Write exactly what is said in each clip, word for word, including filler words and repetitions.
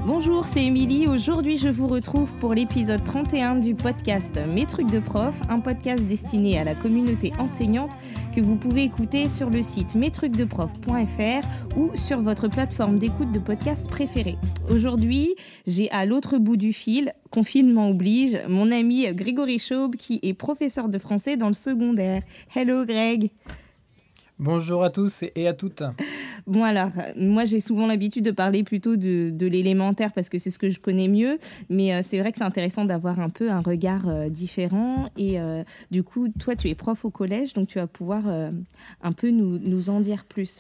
Bonjour, c'est Émilie. Aujourd'hui, je vous retrouve pour l'épisode trente et un du podcast Mes trucs de prof, un podcast destiné à la communauté enseignante que vous pouvez écouter sur le site mes trucs de prof point f r ou sur votre plateforme d'écoute de podcast préférée. Aujourd'hui, j'ai à l'autre bout du fil, confinement oblige, mon ami Grégory Chaube qui est professeur de français dans le secondaire. Hello Greg. Bonjour à tous et à toutes. Bon alors, moi j'ai souvent l'habitude de parler plutôt de, de l'élémentaire parce que c'est ce que je connais mieux, mais euh, c'est vrai que c'est intéressant d'avoir un peu un regard euh, différent et euh, du coup, toi tu es prof au collège, donc tu vas pouvoir euh, un peu nous, nous en dire plus.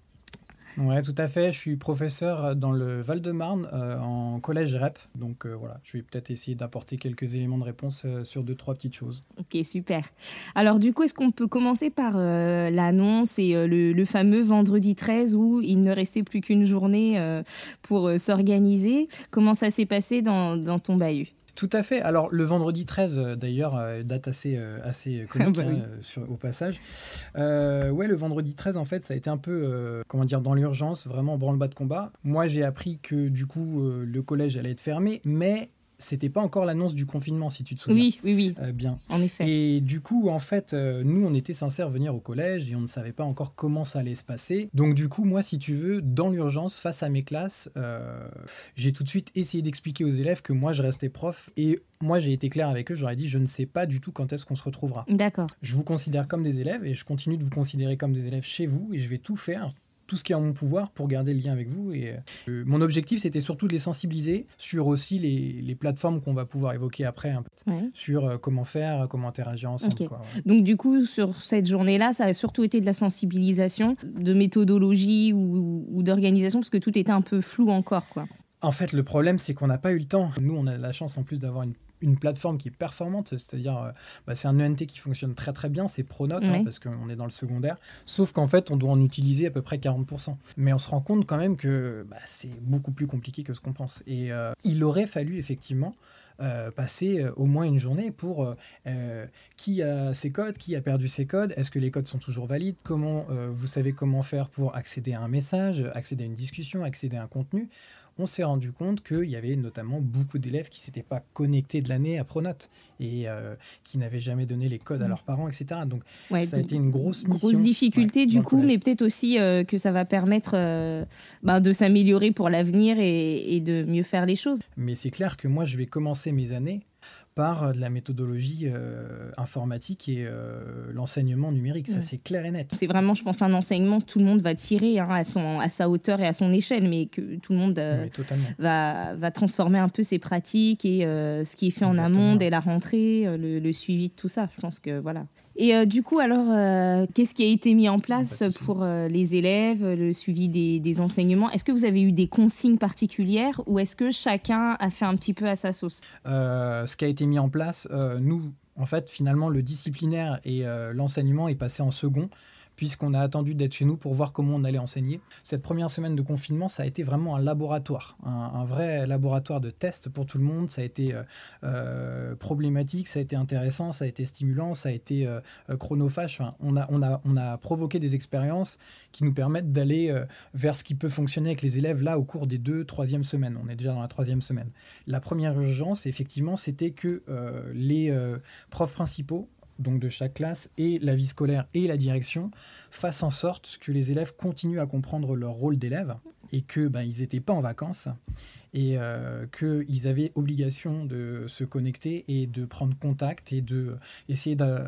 Ouais, tout à fait. Je suis professeur dans le Val-de-Marne euh, en collège R E P. Donc euh, voilà, je vais peut-être essayer d'apporter quelques éléments de réponse euh, sur deux, trois petites choses. Ok, super. Alors du coup, est-ce qu'on peut commencer par euh, l'annonce et euh, le, le fameux vendredi treize où il ne restait plus qu'une journée euh, pour euh, s'organiser. Comment ça s'est passé dans, dans ton bahut ? Tout à fait. Alors, le vendredi treize, euh, d'ailleurs, euh, date assez, euh, assez comique, bah oui. hein, sur, au passage. Euh, ouais, le vendredi treize, en fait, ça a été un peu, euh, comment dire, dans l'urgence, vraiment branle-bas de combat. Moi, j'ai appris que, du coup, euh, le collège allait être fermé, mais c'était pas encore l'annonce du confinement, si tu te souviens. Oui, oui, oui. Euh, bien. En effet. Et du coup, en fait, euh, nous, on était censés revenir au collège et on ne savait pas encore comment ça allait se passer. Donc, du coup, moi, si tu veux, dans l'urgence, face à mes classes, euh, j'ai tout de suite essayé d'expliquer aux élèves que moi, je restais prof. Et moi, j'ai été clair avec eux. J'aurais dit, je ne sais pas du tout quand est-ce qu'on se retrouvera. D'accord. Je vous considère comme des élèves et je continue de vous considérer comme des élèves chez vous et je vais tout faire, tout ce qui est en mon pouvoir pour garder le lien avec vous. Et euh, mon objectif, c'était surtout de les sensibiliser sur aussi les, les plateformes qu'on va pouvoir évoquer après, un peu, Ouais. sur euh, comment faire, comment interagir ensemble. Ok. Quoi, ouais. Donc du coup, sur cette journée-là, ça a surtout été de la sensibilisation, de méthodologie ou, ou d'organisation, parce que tout était un peu flou encore, quoi. En fait, le problème, c'est qu'on n'a pas eu le temps. Nous, on a la chance en plus d'avoir une une plateforme qui est performante, c'est-à-dire euh, bah, c'est un E N T qui fonctionne très très bien, c'est Pronote, Ouais. hein, parce qu'on est dans le secondaire, sauf qu'en fait on doit en utiliser à peu près quarante pour cent. Mais on se rend compte quand même que bah, c'est beaucoup plus compliqué que ce qu'on pense. Et euh, il aurait fallu effectivement Euh, passer euh, au moins une journée pour euh, euh, qui a ses codes, qui a perdu ses codes, est-ce que les codes sont toujours valides, comment euh, vous savez comment faire pour accéder à un message, accéder à une discussion, accéder à un contenu. On s'est rendu compte qu'il y avait notamment beaucoup d'élèves qui ne s'étaient pas connectés de l'année à Pronote et euh, qui n'avaient jamais donné les codes à leurs parents, et cetera. Donc Ouais, ça a donc, été une grosse mission. grosse difficulté ouais, du dans le coup, collège. mais peut-être aussi euh, que ça va permettre euh, ben, de s'améliorer pour l'avenir et, et de mieux faire les choses. Mais c'est clair que moi, je vais commencer mes années par euh, de la méthodologie euh, informatique et euh, l'enseignement numérique. Ça, Ouais. c'est clair et net. C'est vraiment, je pense, un enseignement que tout le monde va tirer hein, à, son, à sa hauteur et à son échelle, mais que tout le monde euh, Mais totalement. va, va transformer un peu ses pratiques et euh, ce qui est fait en Exactement. amont dès la rentrée, euh, le, le suivi de tout ça. Je pense que voilà. Et euh, du coup, alors, euh, qu'est-ce qui a été mis en place Pas de souci. pour euh, les élèves, le suivi des, des enseignements ? Est-ce que vous avez eu des consignes particulières ou est-ce que chacun a fait un petit peu à sa sauce ? Euh, ce qui a été mis en place, euh, nous, en fait, finalement, le disciplinaire et euh, l'enseignement est passé en second, puisqu'on a attendu d'être chez nous pour voir comment on allait enseigner. Cette première semaine de confinement, ça a été vraiment un laboratoire, un, un vrai laboratoire de test pour tout le monde. Ça a été euh, euh, problématique, ça a été intéressant, ça a été stimulant, ça a été euh, chronophage. Enfin, on a, on a, on a provoqué des expériences qui nous permettent d'aller euh, vers ce qui peut fonctionner avec les élèves là au cours des deux, troisième semaines. On est déjà dans la troisième semaine. La première urgence, effectivement, c'était que euh, les euh, profs principaux, donc de chaque classe, et la vie scolaire et la direction, fassent en sorte que les élèves continuent à comprendre leur rôle d'élève et qu'ils ben, n'étaient pas en vacances et euh, qu'ils avaient obligation de se connecter et de prendre contact et d'essayer de, de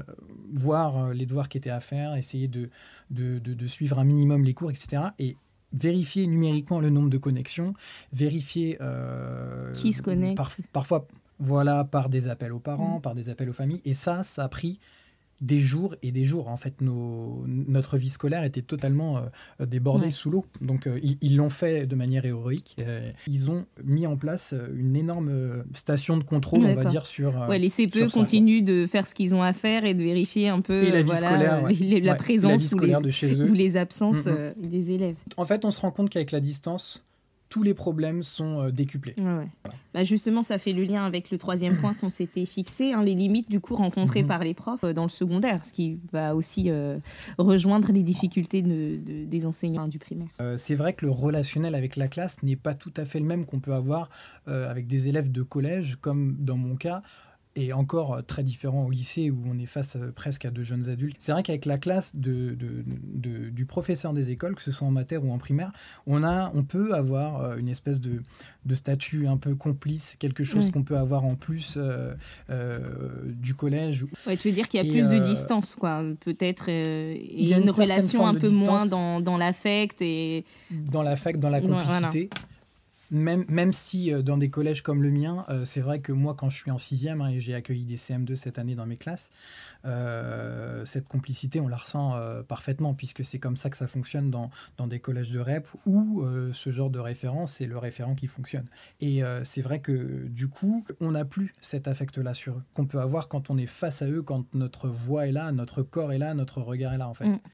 voir les devoirs qui étaient à faire, essayer de, de, de, de suivre un minimum les cours, et cetera. Et vérifier numériquement le nombre de connexions, vérifier... Euh, Qui se connecte par, Parfois... Voilà, par des appels aux parents, Mmh. par des appels aux familles. Et ça, ça a pris des jours et des jours. En fait, nos, notre vie scolaire était totalement euh, débordée Ouais. sous l'eau. Donc, euh, ils, ils l'ont fait de manière héroïque. Euh, ils ont mis en place une énorme euh, station de contrôle, on va D'accord. dire, sur... Euh, Ouais, les C P E sur ça, continuent de faire ce qu'ils ont à faire et de vérifier un peu Et la vie voilà, scolaire, ouais. les- la Ouais, présence la vie ou, scolaire les, de chez eux. ou les absences Mm-mm. euh, des élèves. En fait, on se rend compte qu'avec la distance, tous les problèmes sont euh, décuplés. Ouais, ouais. Voilà. Bah justement, ça fait le lien avec le troisième point qu'on s'était fixé, hein, les limites du coup rencontrées mm-hmm. par les profs euh, dans le secondaire, ce qui va aussi euh, rejoindre les difficultés de, de, des enseignants hein, du primaire. Euh, c'est vrai que le relationnel avec la classe n'est pas tout à fait le même qu'on peut avoir euh, avec des élèves de collège, comme dans mon cas, et encore très différent au lycée où on est face à, presque à de jeunes adultes. C'est vrai qu'avec la classe de, de, de, du professeur des écoles, que ce soit en matère ou en primaire, on, a, on peut avoir une espèce de, de statut un peu complice, quelque chose oui. qu'on peut avoir en plus euh, euh, du collège. Ouais, tu veux dire qu'il y a et plus euh, de distance, quoi. Peut-être euh, il y a une, une relation un peu moins dans, dans l'affect. Et... Dans l'affect, dans la complicité. Voilà. Même, même si euh, dans des collèges comme le mien, euh, c'est vrai que moi, quand je suis en sixième, hein, et j'ai accueilli des C M deux cette année dans mes classes, euh, cette complicité, on la ressent euh, parfaitement, puisque c'est comme ça que ça fonctionne dans, dans des collèges de R E P où euh, ce genre de référent, c'est le référent qui fonctionne. Et euh, c'est vrai que du coup, on n'a plus cet affect-là sur eux, qu'on peut avoir quand on est face à eux, quand notre voix est là, notre corps est là, notre regard est là, en fait. Mm.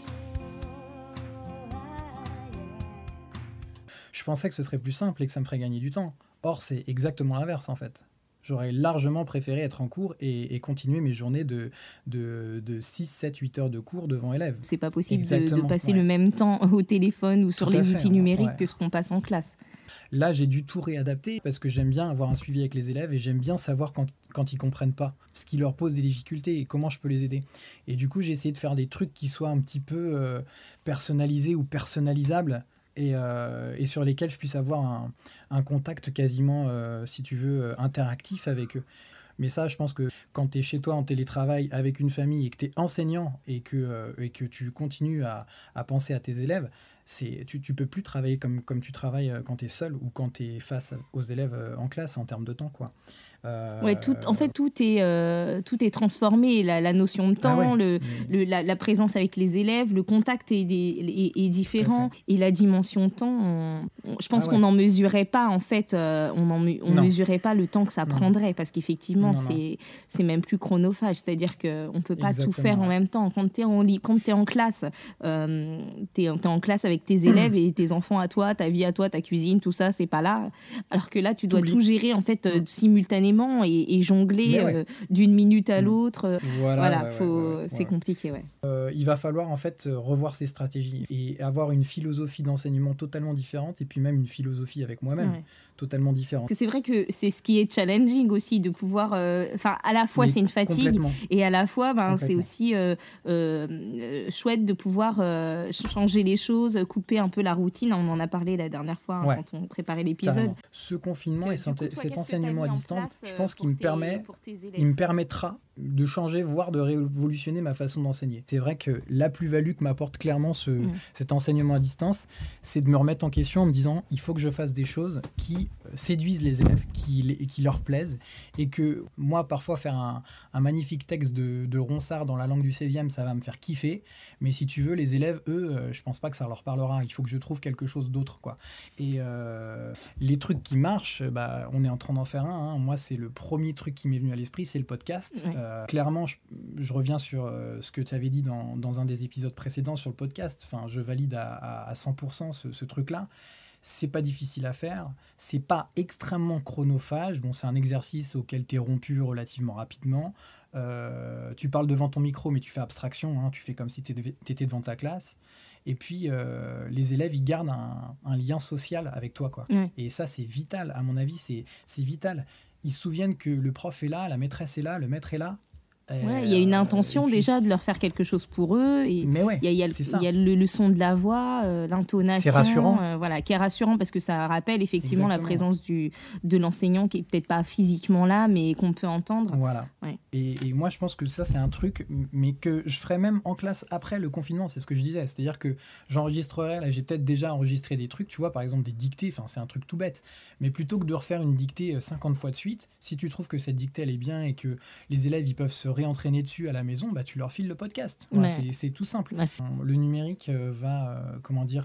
Je pensais que ce serait plus simple et que ça me ferait gagner du temps. Or, c'est exactement l'inverse, en fait. J'aurais largement préféré être en cours et, et continuer mes journées de, de, de six, sept, huit heures de cours devant élèves. C'est pas possible de, de passer ouais. le même temps au téléphone ou sur tout les outils fait, numériques ouais. que ce qu'on passe en classe. Là, j'ai dû tout réadapter parce que j'aime bien avoir un suivi avec les élèves et j'aime bien savoir quand, quand ils comprennent pas, ce qui leur pose des difficultés et comment je peux les aider. Et du coup, j'ai essayé de faire des trucs qui soient un petit peu euh, personnalisés ou personnalisables. Et, euh, et sur lesquels je puisse avoir un, un contact quasiment, euh, si tu veux, interactif avec eux. Mais ça, je pense que quand tu es chez toi en télétravail avec une famille et que tu es enseignant et que, euh, et que tu continues à, à penser à tes élèves, c'est, tu ne peux plus travailler comme, comme tu travailles quand tu es seul ou quand tu es face aux élèves en classe en termes de temps, quoi. Euh... Ouais, tout, en fait, tout est, euh, tout est transformé. La, la notion de temps, ah ouais, le, mais... le, la, la présence avec les élèves, le contact est, des, est, est différent. Et la dimension de temps, on, on, je pense ah ouais. qu'on n'en mesurait pas, en fait. Euh, on ne mesurait pas le temps que ça non. prendrait. Parce qu'effectivement, c'est, c'est même plus chronophage. C'est-à-dire qu'on ne peut pas Exactement. tout faire en même temps. Quand tu es en, en classe, euh, tu es en classe avec tes élèves et tes enfants à toi, ta vie à toi, ta cuisine, tout ça, c'est pas là. Alors que là, tu dois T'oublies. tout gérer, en fait, euh, simultanément. Et, et jongler ouais. euh, d'une minute à l'autre. Voilà, voilà ouais, faut, ouais, ouais, c'est ouais. compliqué. Ouais. Euh, il va falloir en fait revoir ses stratégies et avoir une philosophie d'enseignement totalement différente et puis même une philosophie avec moi-même ouais. totalement différente. C'est vrai que c'est ce qui est challenging aussi de pouvoir... Enfin, euh, à la fois, Mais c'est une fatigue et à la fois, ben, c'est aussi euh, euh, chouette de pouvoir euh, changer les choses, couper un peu la routine. On en a parlé la dernière fois hein, ouais. quand on préparait l'épisode. Carrément. Ce confinement que, et cet, coup, cet enseignement à distance, je pense qu'il me, tes, permet, il me permettra de changer, voire de révolutionner ma façon d'enseigner. C'est vrai que la plus-value que m'apporte clairement ce, mmh. cet enseignement à distance, c'est de me remettre en question en me disant il faut que je fasse des choses qui séduisent les élèves, qui, qui leur plaisent, et que moi, parfois, faire un, un magnifique texte de, de Ronsard dans la langue du seizième, ça va me faire kiffer, mais si tu veux, les élèves, eux, euh, je pense pas que ça leur parlera. Il faut que je trouve quelque chose d'autre, quoi. Et euh, les trucs qui marchent, bah, on est en train d'en faire un. Hein. Moi, c'est le premier truc qui m'est venu à l'esprit, c'est le podcast. Ouais. Euh, clairement, je, je reviens sur euh, ce que tu avais dit dans, dans un des épisodes précédents sur le podcast. Enfin, je valide à, à, à cent pour cent ce, ce truc-là. C'est pas difficile à faire, c'est pas extrêmement chronophage. Bon, c'est un exercice auquel tu es rompu relativement rapidement. Euh, tu parles devant ton micro, mais tu fais abstraction, hein, tu fais comme si tu étais devant ta classe. Et puis, euh, les élèves, ils gardent un, un lien social avec toi, quoi. Ouais. Et ça, c'est vital. À mon avis, c'est, c'est vital. Ils se souviennent que le prof est là, la maîtresse est là, le maître est là. Ouais, il y a une intention puis... déjà de leur faire quelque chose pour eux. Et mais ouais, il y a, il y a, il y a le, le son de la voix, euh, l'intonation. C'est rassurant. Euh, voilà, qui est rassurant parce que ça rappelle effectivement Exactement. la présence du, de l'enseignant qui est peut-être pas physiquement là, mais qu'on peut entendre. Voilà. Ouais. Et, et moi, je pense que ça, c'est un truc, mais que je ferais même en classe après le confinement. C'est ce que je disais. C'est-à-dire que j'enregistrerais, là, j'ai peut-être déjà enregistré des trucs, tu vois, par exemple des dictées. Enfin, c'est un truc tout bête. Mais plutôt que de refaire une dictée cinquante fois de suite, si tu trouves que cette dictée, elle est bien et que les élèves, ils peuvent se réentraîner dessus à la maison, bah, tu leur files le podcast. Voilà, c'est, c'est tout simple. Ouais, c'est... Le numérique euh, va, euh, comment dire,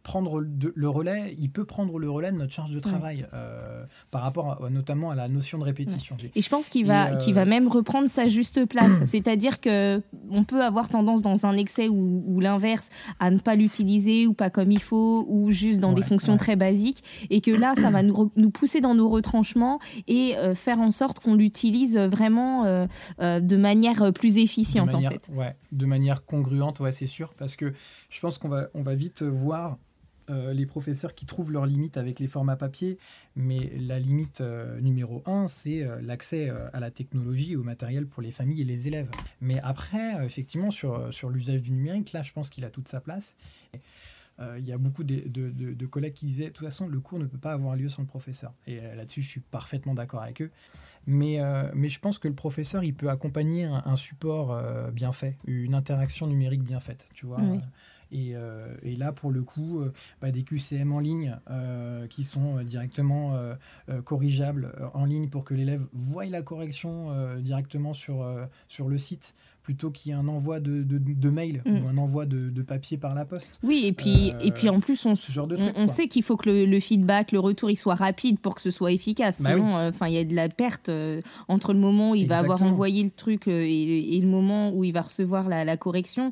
prendre de, le relais, il peut prendre le relais de notre charge de travail ouais. euh, par rapport à, notamment à la notion de répétition. Ouais. Et je pense qu'il va, euh... qu'il va même reprendre sa juste place. C'est-à-dire qu'on peut avoir tendance dans un excès ou, ou l'inverse à ne pas l'utiliser ou pas comme il faut ou juste dans ouais, des fonctions ouais. très basiques et que là, ça va nous, re, nous pousser dans nos retranchements et euh, faire en sorte qu'on l'utilise vraiment euh, euh, de manière plus efficiente. De manière, en fait. Ouais, de manière congruente, ouais, c'est sûr, parce que je pense qu'on va, on va vite voir Euh, les professeurs qui trouvent leurs limites avec les formats papier, mais la limite euh, numéro un, c'est euh, l'accès euh, à la technologie et au matériel pour les familles et les élèves. Mais après, euh, effectivement, sur, sur l'usage du numérique, là, je pense qu'il a toute sa place. Il euh, y a beaucoup de, de, de, de collègues qui disaient, de toute façon, le cours ne peut pas avoir lieu sans le professeur. Et euh, là-dessus, je suis parfaitement d'accord avec eux. Mais, euh, mais je pense que le professeur, il peut accompagner un, un support euh, bien fait, une interaction numérique bien faite, tu vois. Oui. Et, euh, et là, pour le coup, euh, bah, des Q C M en ligne euh, qui sont euh, directement euh, euh, corrigeables euh, en ligne pour que l'élève voie la correction euh, directement sur, euh, sur le site plutôt qu'il y ait un envoi de, de, de mail mmh. ou un envoi de, de papier par la poste. Oui, et puis, euh, et puis en plus, on, truc, on, on sait qu'il faut que le, le feedback, le retour, il soit rapide pour que ce soit efficace. Bah Sinon, il oui. euh, y a de la perte euh, entre le moment où il Exactement. va avoir envoyé le truc euh, et, et le moment où il va recevoir la, la correction.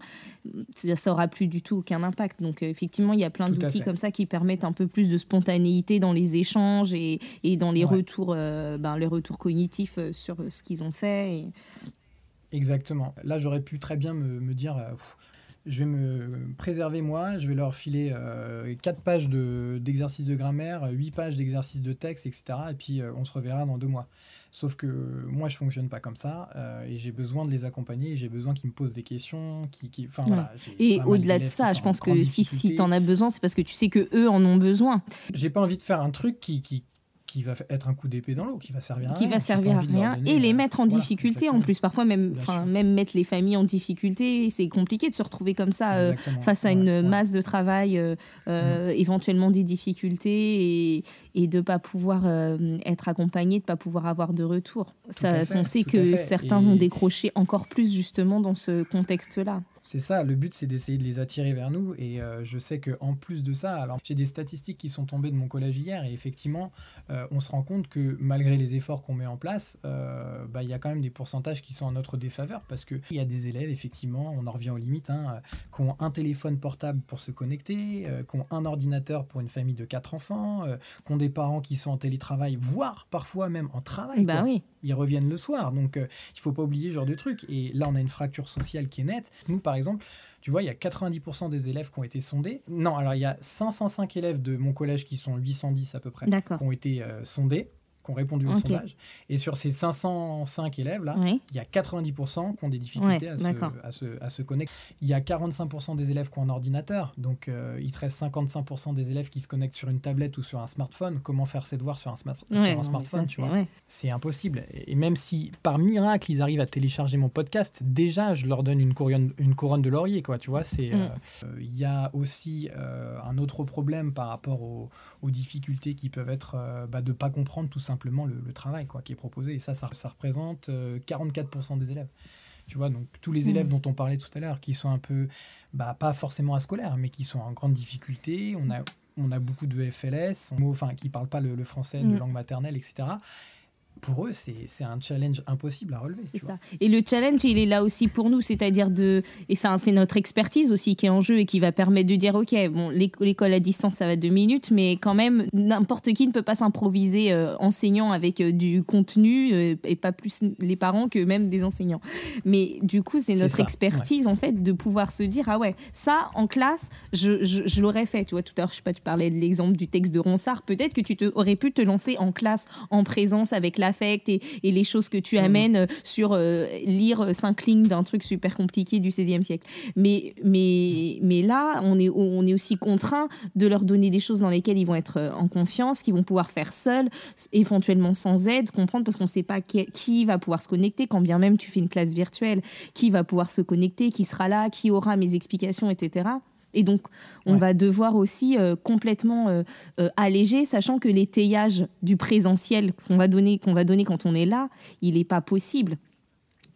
Ça n'aura plus du tout aucun impact. Donc, euh, effectivement, il y a plein tout d'outils comme ça qui permettent un peu plus de spontanéité dans les échanges et, et dans les, ouais. retours, euh, ben, les retours cognitifs sur ce qu'ils ont fait. Et... Exactement. Là, j'aurais pu très bien me, me dire, euh, pff, je vais me préserver moi, je vais leur filer euh, quatre pages de, d'exercices de grammaire, huit pages d'exercices de texte, et cetera. Et puis, euh, on se reverra dans deux mois. Sauf que moi, je ne fonctionne pas comme ça euh, et j'ai besoin de les accompagner et j'ai besoin qu'ils me posent des questions. Qui, qui, ouais. voilà, et au-delà de ça, je pense que si, si tu en as besoin, c'est parce que tu sais qu'eux en ont besoin. Je n'ai pas envie de faire un truc qui... qui qui va être un coup d'épée dans l'eau, qui va servir à qui rien. Qui va servir à rien donner, et les mettre en voilà, difficulté exactement. En plus. Parfois, même, même mettre les familles en difficulté, c'est compliqué de se retrouver comme ça euh, face à ouais, une ouais. masse de travail, euh, euh, mmh. éventuellement des difficultés et, et de ne pas pouvoir euh, être accompagné, de ne pas pouvoir avoir de retour. Ça, fait, on sait que certains et... vont décrocher encore plus justement dans ce contexte-là. C'est ça, le but c'est d'essayer de les attirer vers nous et euh, je sais qu'en plus de ça, alors j'ai des statistiques qui sont tombées de mon collège hier et effectivement euh, on se rend compte que malgré les efforts qu'on met en place, euh, bah, y a quand même des pourcentages qui sont en notre défaveur parce qu'il y a des élèves effectivement, on en revient aux limites, hein, qui ont un téléphone portable pour se connecter, euh, qui ont un ordinateur pour une famille de quatre enfants, euh, qui ont des parents qui sont en télétravail, voire parfois même en travail. Bah oui. Ils reviennent le soir, donc euh, il ne faut pas oublier ce genre de truc. Et là, on a une fracture sociale qui est nette. Nous, par exemple, tu vois, il y a quatre-vingt-dix pour cent des élèves qui ont été sondés. Non, alors il y a cinq cent cinq élèves de mon collège qui sont huit cent dix à peu près, D'accord. qui ont été euh, sondés, qui ont répondu au okay. sondage. Et sur ces cinq cent cinq élèves-là, oui. il y a quatre-vingt-dix pour cent qui ont des difficultés ouais, à, se, à, se, à se connecter. Il y a quarante-cinq pour cent des élèves qui ont un ordinateur. Donc, euh, il te reste cinquante-cinq pour cent des élèves qui se connectent sur une tablette ou sur un smartphone. Comment faire ses devoirs sur un, sma- ouais, sur un non, smartphone ça, tu c'est, vois ouais. c'est impossible. Et même si, par miracle, ils arrivent à télécharger mon podcast, déjà, je leur donne une couronne, une couronne de laurier. Quoi, tu vois, c'est, il mm. euh, y a aussi euh, un autre problème par rapport aux, aux difficultés qui peuvent être euh, bah, de ne pas comprendre tout simplement le, le travail quoi, qui est proposé. Et ça, ça, ça représente euh, quarante-quatre pour cent des élèves. Tu vois, donc tous les élèves mmh. dont on parlait tout à l'heure, qui sont un peu, bah, pas forcément ascolaires, mais qui sont en grande difficulté. On a, on a beaucoup de F L S, on, enfin, qui ne parlent pas le, le français mmh. de langue maternelle, et cetera. Pour eux, c'est, c'est un challenge impossible à relever. C'est tu ça. vois. Et le challenge, il est là aussi pour nous, c'est-à-dire de, et enfin, c'est notre expertise aussi qui est en jeu et qui va permettre de dire, ok, bon, l'école à distance, ça va deux minutes, mais quand même, n'importe qui ne peut pas s'improviser euh, enseignant avec euh, du contenu euh, et pas plus les parents que même des enseignants. Mais du coup, c'est, c'est notre ça. expertise ouais. en fait de pouvoir se dire, ah ouais, ça en classe, je, je, je l'aurais fait. Tu vois, tout à l'heure, je sais pas, tu parlais de l'exemple du texte de Ronsard. Peut-être que tu te, aurais pu te lancer en classe en présence avec la Et, et les choses que tu amènes mmh. sur euh, lire cinq lignes d'un truc super compliqué du seizième siècle. Mais, mais, mais là, on est, on est aussi contraint de leur donner des choses dans lesquelles ils vont être en confiance, qu'ils vont pouvoir faire seuls, éventuellement sans aide, comprendre, parce qu'on ne sait pas qui, qui va pouvoir se connecter, quand bien même tu fais une classe virtuelle, qui va pouvoir se connecter, qui sera là, qui aura mes explications, et cetera. Et donc, on ouais. va devoir aussi euh, complètement euh, euh, alléger, sachant que l'étayage du présentiel qu'on va donner, qu'on va donner quand on est là, il n'est pas possible.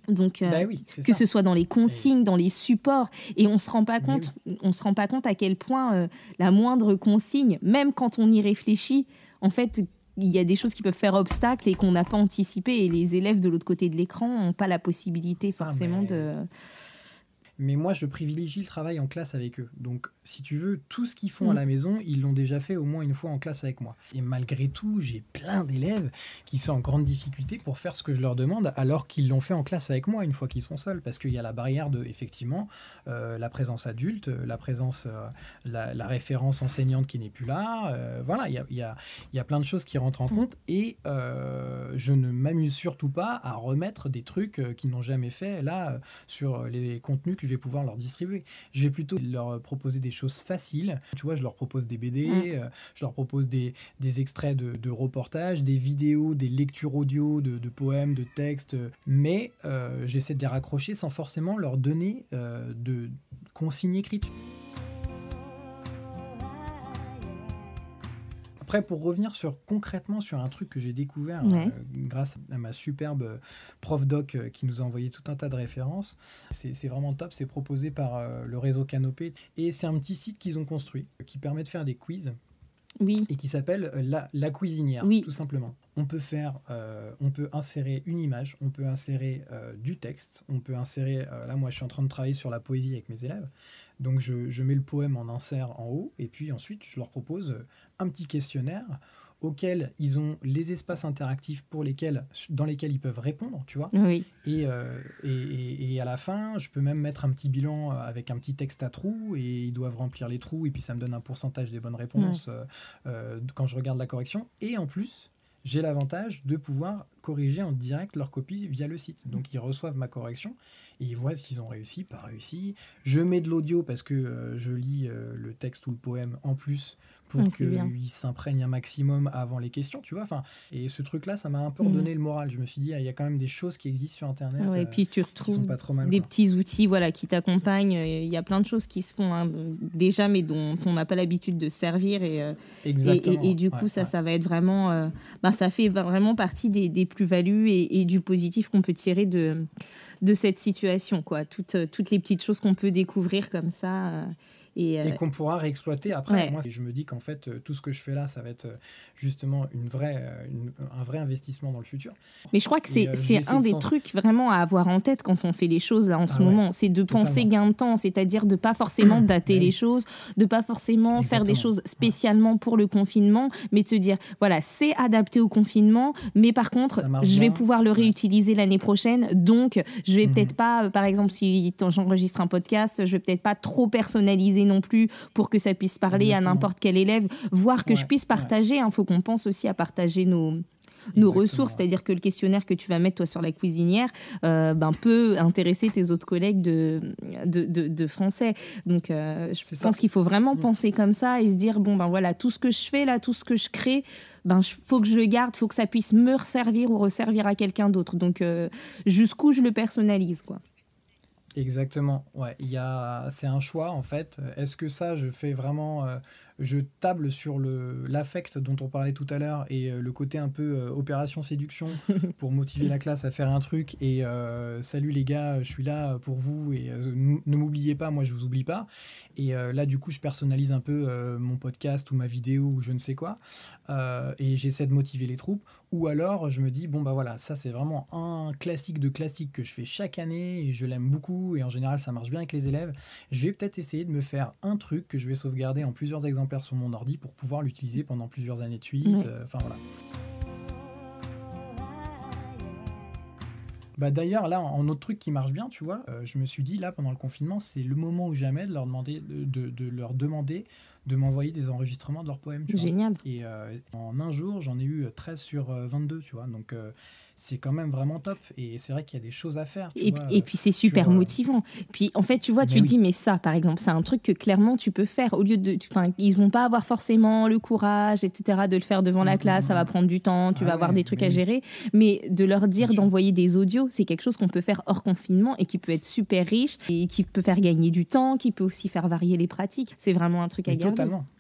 Donc, euh, bah oui, c'est que ça. ce soit dans les consignes, et... dans les supports, et on se rend pas compte, oui. on se rend pas compte à quel point euh, la moindre consigne, même quand on y réfléchit, en fait, il y a des choses qui peuvent faire obstacle et qu'on n'a pas anticipé, et les élèves de l'autre côté de l'écran n'ont pas la possibilité forcément ah, mais... de... Mais moi, je privilégie le travail en classe avec eux. Donc, si tu veux, tout ce qu'ils font mmh. à la maison, ils l'ont déjà fait au moins une fois en classe avec moi. Et malgré tout, j'ai plein d'élèves qui sont en grande difficulté pour faire ce que je leur demande, alors qu'ils l'ont fait en classe avec moi une fois qu'ils sont seuls. Parce qu'il y a la barrière de, effectivement, euh, la présence adulte, la présence, euh, la, la référence enseignante qui n'est plus là. Euh, voilà, il y a, y, a, y a plein de choses qui rentrent en compte. Et euh, je ne m'amuse surtout pas à remettre des trucs euh, qu'ils n'ont jamais fait, là, euh, sur les contenus que je vais pouvoir leur distribuer. Je vais plutôt leur proposer des choses faciles. Tu vois, je leur propose des B D, mmh. euh, je leur propose des, des extraits de, de reportages, des vidéos, des lectures audio de, de poèmes, de textes, mais euh, j'essaie de les raccrocher sans forcément leur donner euh, de consignes écrites. Après, pour revenir sur, concrètement sur un truc que j'ai découvert ouais. euh, grâce à ma superbe prof doc euh, qui nous a envoyé tout un tas de références, c'est, c'est vraiment top, c'est proposé par euh, le réseau Canopé. Et c'est un petit site qu'ils ont construit euh, qui permet de faire des quiz oui. et qui s'appelle euh, la, la cuisinière, oui. tout simplement. On peut, faire, euh, on peut insérer une image, on peut insérer euh, du texte, on peut insérer... Euh, là, moi, je suis en train de travailler sur la poésie avec mes élèves. Donc, je, je mets le poème en insert en haut et puis ensuite, je leur propose un petit questionnaire auquel ils ont les espaces interactifs pour lesquels, dans lesquels ils peuvent répondre, tu vois. Oui. Et, euh, et, et, et à la fin, je peux même mettre un petit bilan avec un petit texte à trous et ils doivent remplir les trous et puis ça me donne un pourcentage des bonnes réponses oui. euh, euh, quand je regarde la correction. Et en plus, j'ai l'avantage de pouvoir corriger en direct leur copie via le site. Donc, ils reçoivent ma correction et ils voient s'ils ont réussi, pas réussi. Je mets de l'audio parce que euh, je lis euh, le texte ou le poème en plus pour ah, qu'ils s'imprègnent un maximum avant les questions, tu vois. Enfin, et ce truc-là, ça m'a un peu redonné mmh. le moral. Je me suis dit, il ah, y a quand même des choses qui existent sur Internet. Ouais, euh, et puis tu retrouves pas trop mal, des quoi. petits outils voilà, qui t'accompagnent. Il y a plein de choses qui se font hein, déjà, mais dont on n'a pas l'habitude de servir. Et, euh, Exactement. Et, et, et du coup, ouais, ça, ouais. ça va être vraiment... Euh, bah, ça fait vraiment partie des, des plus-values et, et du positif qu'on peut tirer de, de cette situation, quoi. Toutes, toutes les petites choses qu'on peut découvrir comme ça... Euh, Et, euh... et qu'on pourra réexploiter après. Ouais. Moi, je me dis qu'en fait, tout ce que je fais là, ça va être justement une vraie, une, un vrai investissement dans le futur. Mais je crois que c'est, euh, c'est un des sens... trucs vraiment à avoir en tête quand on fait les choses là en ce ah moment. Ouais. C'est de Totalement. penser gain de temps, c'est-à-dire de ne pas forcément dater oui. les choses, de ne pas forcément Exactement. faire des choses spécialement ouais. pour le confinement, mais de se dire, voilà, c'est adapté au confinement, mais par contre, je vais bien. pouvoir le réutiliser ouais. l'année prochaine. Donc, je ne vais mm-hmm. peut-être pas, par exemple, si j'enregistre un podcast, je ne vais peut-être pas trop personnaliser non plus pour que ça puisse parler Exactement. à n'importe quel élève, voire que ouais, je puisse partager. Il ouais. hein, faut qu'on pense aussi à partager nos, nos ressources, ouais. c'est-à-dire que le questionnaire que tu vas mettre toi sur la cuisinière euh, ben, peut intéresser tes autres collègues de, de, de, de français. Donc euh, je C'est pense ça. qu'il faut vraiment mmh. penser comme ça et se dire, bon ben voilà, tout ce que je fais là, tout ce que je crée, ben faut que je le garde, faut que ça puisse me resservir ou resservir à quelqu'un d'autre. Donc euh, jusqu'où je le personnalise, quoi. Exactement, ouais, il y a, c'est un choix en fait. Est-ce que ça, je fais vraiment, euh, je table sur le, l'affect dont on parlait tout à l'heure et euh, le côté un peu euh, opération séduction pour motiver la classe à faire un truc et euh, salut les gars, je suis là pour vous et euh, n- ne m'oubliez pas, moi je vous oublie pas. Et euh, là du coup je personnalise un peu euh, mon podcast ou ma vidéo ou je ne sais quoi euh, et j'essaie de motiver les troupes. Ou alors je me dis bon bah voilà, ça c'est vraiment un classique de classique que je fais chaque année et je l'aime beaucoup et en général ça marche bien avec les élèves. Je vais peut-être essayer de me faire un truc que je vais sauvegarder en plusieurs exemplaires sur mon ordi pour pouvoir l'utiliser pendant plusieurs années de suite. Enfin ouais. euh, voilà. Bah d'ailleurs là en autre truc qui marche bien, tu vois, euh, je me suis dit là pendant le confinement c'est le moment ou jamais de leur demander de, de, de leur demander de m'envoyer des enregistrements de leurs poèmes. Tu Génial. Vois. Et euh, en un jour j'en ai eu treize sur vingt-deux, tu vois, donc euh, c'est quand même vraiment top et c'est vrai qu'il y a des choses à faire. Tu et, vois, et puis c'est super sur, motivant. Puis en fait tu vois, tu te oui. dis mais ça par exemple c'est un truc que clairement tu peux faire au lieu de, enfin ils vont pas avoir forcément le courage et cetera de le faire devant mmh, la classe, mmh. ça va prendre du temps, tu ah vas ouais, avoir des trucs à oui. gérer, mais de leur dire Bien d'envoyer sûr. des audios, c'est quelque chose qu'on peut faire hors confinement et qui peut être super riche et qui peut faire gagner du temps, qui peut aussi faire varier les pratiques. C'est vraiment un truc à mais garder. Totalement.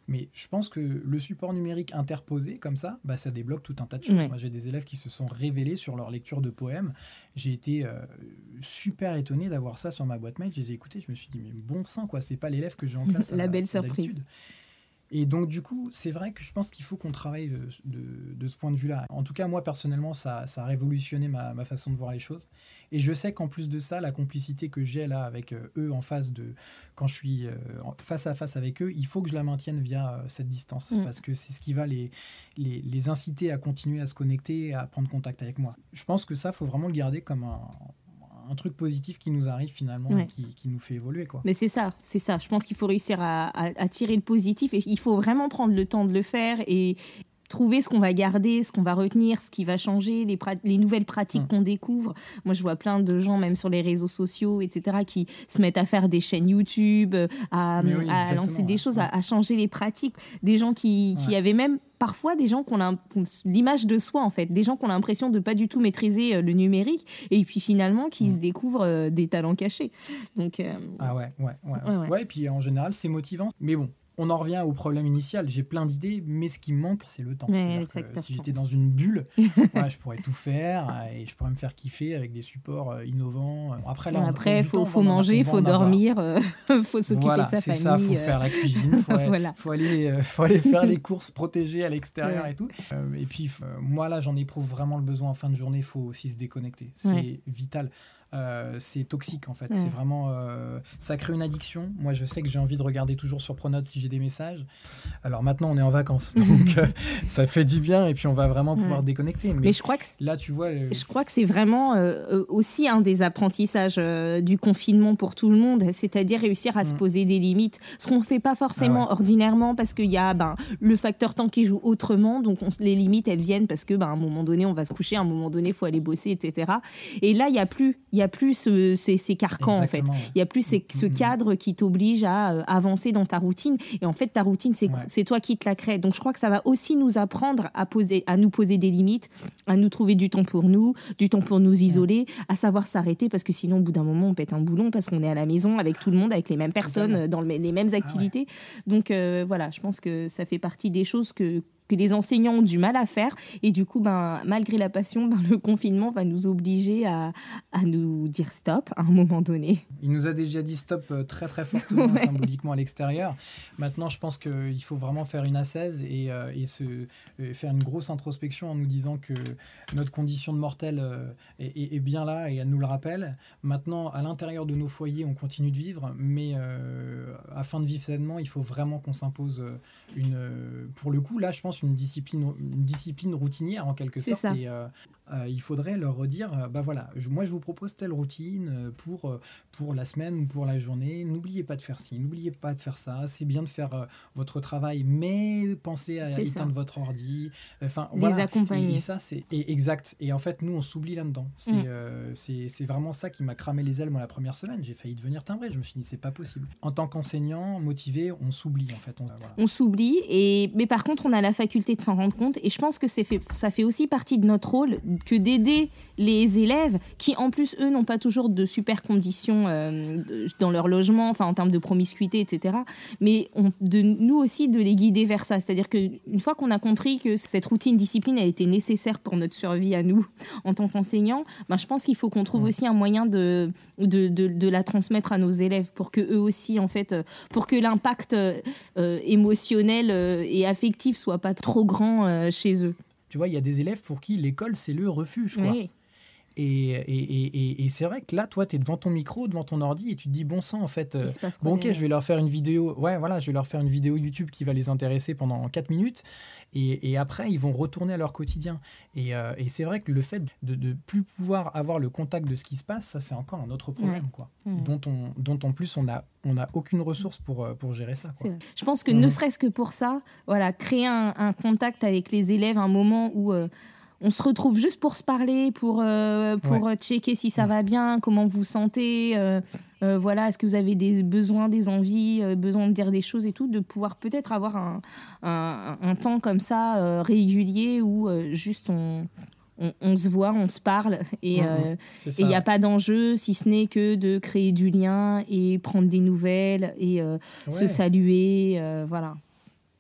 Mais je pense que le support numérique interposé, comme ça, bah, ça débloque tout un tas de choses. Ouais. Moi, j'ai des élèves qui se sont révélés sur leur lecture de poèmes. J'ai été euh, super étonné d'avoir ça sur ma boîte mail. Je les ai écoutés, je me suis dit, mais bon sang, quoi, c'est pas l'élève que j'ai en classe. La à, belle à, surprise. d'habitude. Et donc, du coup, c'est vrai que je pense qu'il faut qu'on travaille de, de, de ce point de vue-là. En tout cas, moi, personnellement, ça, ça a révolutionné ma, ma façon de voir les choses. Et je sais qu'en plus de ça, la complicité que j'ai là avec euh, eux en face de... Quand je suis euh, face à face avec eux, il faut que je la maintienne via euh, cette distance. Mmh. Parce que c'est ce qui va les, les, les inciter à continuer à se connecter, à prendre contact avec moi. Je pense que ça, il faut vraiment le garder comme un... un truc positif qui nous arrive finalement, ouais. et qui, qui nous fait évoluer, quoi. Mais c'est ça, c'est ça. Je pense qu'il faut réussir à, à, à tirer le positif et il faut vraiment prendre le temps de le faire et trouver ce qu'on va garder, ce qu'on va retenir, ce qui va changer, les, pra- les nouvelles pratiques mmh. qu'on découvre. Moi, je vois plein de gens, même sur les réseaux sociaux, et cetera, qui se mettent à faire des chaînes YouTube, à, oui, à lancer des ouais. choses, ouais. À, à changer les pratiques. Des gens qui, ouais. qui avaient même... Parfois, des gens qui ont l'image de soi, en fait. Des gens qui ont l'impression de ne pas du tout maîtriser le numérique et puis finalement, qui mmh. se découvrent des talents cachés. Donc, euh... Ah ouais, ouais, ouais. ouais, ouais. ouais, et puis en général, c'est motivant. Mais bon, on en revient au problème initial. J'ai plein d'idées, mais ce qui me manque, c'est le temps. Ouais, que si j'étais dans une bulle, ouais, je pourrais tout faire et je pourrais me faire kiffer avec des supports euh, innovants. Après, là, après, il faut, faut manger, il faut dormir, il euh, faut s'occuper voilà, de sa c'est famille. Ça, il faut euh... faire la cuisine, il faut, voilà. faut, aller, euh, faut aller faire les courses protégées à l'extérieur ouais. et tout. Euh, et puis, euh, moi, là, j'en éprouve vraiment le besoin en fin de journée. Il faut aussi se déconnecter. C'est ouais. vital. Euh, c'est toxique en fait, ouais. c'est vraiment euh, ça crée une addiction. Moi je sais que j'ai envie de regarder toujours sur Pronote si j'ai des messages. Alors maintenant on est en vacances donc euh, ça fait du bien et puis on va vraiment pouvoir ouais. se déconnecter. Mais, Mais je crois que là tu vois, le... je crois que c'est vraiment euh, aussi un des apprentissages euh, du confinement pour tout le monde, c'est-à-dire réussir à mmh. se poser des limites, ce qu'on ne fait pas forcément ah ouais. ordinairement parce qu'il y a ben, le facteur temps qui joue autrement, donc on, les limites elles viennent parce que ben, à un moment donné on va se coucher, à un moment donné il faut aller bosser, et cetera. Et là il n'y a plus il n'y a plus ce, ces, ces carcans, exactement. En fait. Il n'y a plus ces, ce cadre qui t'oblige à euh, avancer dans ta routine. Et en fait, ta routine, c'est, ouais. c'est toi qui te la crée. Donc, je crois que ça va aussi nous apprendre à, poser, à nous poser des limites, à nous trouver du temps pour nous, du temps pour nous isoler, ouais. à savoir s'arrêter, parce que sinon, au bout d'un moment, on pète un boulon, parce qu'on est à la maison avec tout le monde, avec les mêmes personnes, Totalement. Dans le, les mêmes activités. Ah ouais. Donc, euh, voilà, je pense que ça fait partie des choses que que les enseignants ont du mal à faire et du coup ben, malgré la passion ben, le confinement va nous obliger à, à nous dire stop à un moment donné. Il nous a déjà dit stop très très fortement ouais. symboliquement à l'extérieur. Maintenant je pense qu'il faut vraiment faire une ascèse et, euh, et se, euh, faire une grosse introspection en nous disant que notre condition de mortel euh, est, est bien là et elle nous le rappelle. Maintenant à l'intérieur de nos foyers on continue de vivre mais euh, afin de vivre sainement il faut vraiment qu'on s'impose une, euh, pour le coup là je pense une discipline, une discipline routinière en quelque sorte. C'est ça. Et euh, euh, il faudrait leur redire, euh, bah voilà, je, moi je vous propose telle routine pour, euh, pour la semaine ou pour la journée. N'oubliez pas de faire ci, n'oubliez pas de faire ça. C'est bien de faire euh, votre travail, mais pensez à c'est éteindre ça. Votre ordi. Enfin, les voilà. accompagner. Et, et ça, c'est et exact. Et en fait, nous, on s'oublie là-dedans. C'est, mm. euh, c'est, c'est vraiment ça qui m'a cramé les ailes moi la première semaine. J'ai failli devenir timbré. Je me suis dit, c'est pas possible. En tant qu'enseignant motivé, on s'oublie en fait. On, voilà. on s'oublie. Et mais par contre, on a la faculté de s'en rendre compte et je pense que c'est fait, ça fait aussi partie de notre rôle que d'aider les élèves qui en plus eux n'ont pas toujours de super conditions euh, dans leur logement, enfin en termes de promiscuité, et cetera. Mais on, de nous aussi de les guider vers ça, c'est-à-dire qu'une fois qu'on a compris que cette routine discipline a été nécessaire pour notre survie à nous en tant qu'enseignants, ben, je pense qu'il faut qu'on trouve ouais. aussi un moyen de, de, de, de la transmettre à nos élèves pour que eux aussi en fait, pour que l'impact euh, émotionnel euh, et affectif soit pas trop grand euh, chez eux. Tu vois, il y a des élèves pour qui l'école, c'est le refuge, quoi. Oui. Et, et, et, et c'est vrai que là, toi, tu es devant ton micro, devant ton ordi, et tu te dis, bon sang, en fait, euh, bon, ok, je vais leur faire une vidéo, ouais, voilà, je vais leur faire une vidéo YouTube qui va les intéresser pendant quatre minutes, et, et après, ils vont retourner à leur quotidien. Et, euh, et c'est vrai que le fait de ne plus pouvoir avoir le contact de ce qui se passe, ça, c'est encore un autre problème, ouais. quoi, ouais. dont, on, dont en plus, on n'a on a aucune ressource pour, pour gérer ça, quoi. Je pense que mmh. ne serait-ce que pour ça, voilà, créer un, un contact avec les élèves, un moment où... Euh, on se retrouve juste pour se parler, pour, euh, pour ouais. checker si ça va bien, comment vous vous sentez, euh, euh, voilà, est-ce que vous avez des besoins, des envies, euh, besoin de dire des choses et tout, de pouvoir peut-être avoir un, un, un temps comme ça euh, régulier où euh, juste on, on, on se voit, on se parle et il mmh, n'y euh, a pas d'enjeu si ce n'est que de créer du lien et prendre des nouvelles et euh, ouais. se saluer, euh, voilà.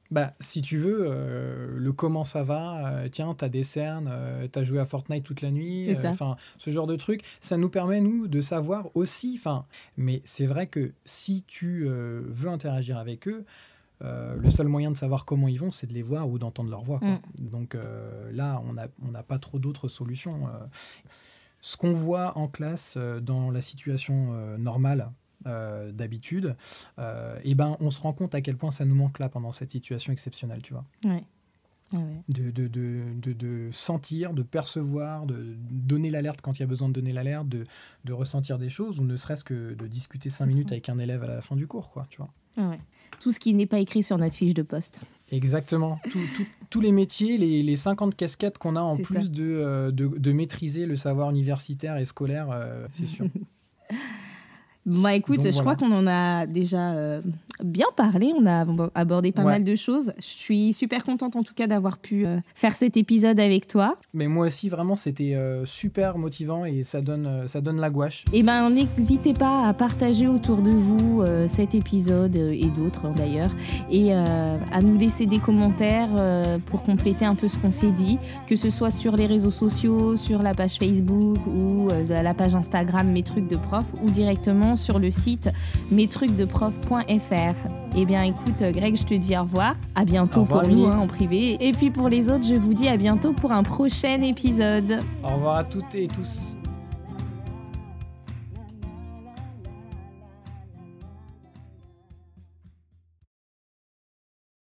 Bah, si tu veux, euh, le comment ça va, euh, tiens, t'as des cernes, euh, t'as joué à Fortnite toute la nuit, enfin, euh, ce genre de truc, ça nous permet, nous, de savoir aussi, enfin, mais c'est vrai que si tu euh, veux interagir avec eux, euh, le seul moyen de savoir comment ils vont, c'est de les voir ou d'entendre leur voix, quoi. Mm. Donc euh, là, on n'a on n'a pas trop d'autres solutions. Euh, ce qu'on voit en classe, euh, dans la situation euh, normale, Euh, d'habitude, euh, et ben on se rend compte à quel point ça nous manque là pendant cette situation exceptionnelle, tu vois. Ouais. Ah ouais. De, de, de, de, de sentir, de percevoir, de donner l'alerte quand il y a besoin de donner l'alerte, de, de ressentir des choses, ou ne serait-ce que de discuter cinq minutes avec un élève à la fin du cours, quoi, tu vois. Ah ouais. Tout ce qui n'est pas écrit sur notre fiche de poste. Exactement. Tout, tout, tous les métiers, les, les cinquante casquettes qu'on a en c'est plus de, euh, de, de maîtriser le savoir universitaire et scolaire, euh, c'est sûr. Moi, bah, écoute, Donc, je voilà. crois qu'on en a déjà euh, bien parlé. On a abordé pas ouais. mal de choses. Je suis super contente, en tout cas, d'avoir pu euh, faire cet épisode avec toi. Mais moi aussi, vraiment, c'était euh, super motivant et ça donne, euh, ça donne la gouache. Et ben, n'hésitez pas à partager autour de vous euh, cet épisode euh, et d'autres, d'ailleurs, et euh, à nous laisser des commentaires euh, pour compléter un peu ce qu'on s'est dit, que ce soit sur les réseaux sociaux, sur la page Facebook ou euh, la page Instagram Mes Trucs de Prof, ou directement sur le site mes trucs de prof point f r. Eh bien écoute Greg, je te dis au revoir, à bientôt revoir, pour nous hein, en privé, et puis pour les autres je vous dis à bientôt pour un prochain épisode. Au revoir à toutes et tous.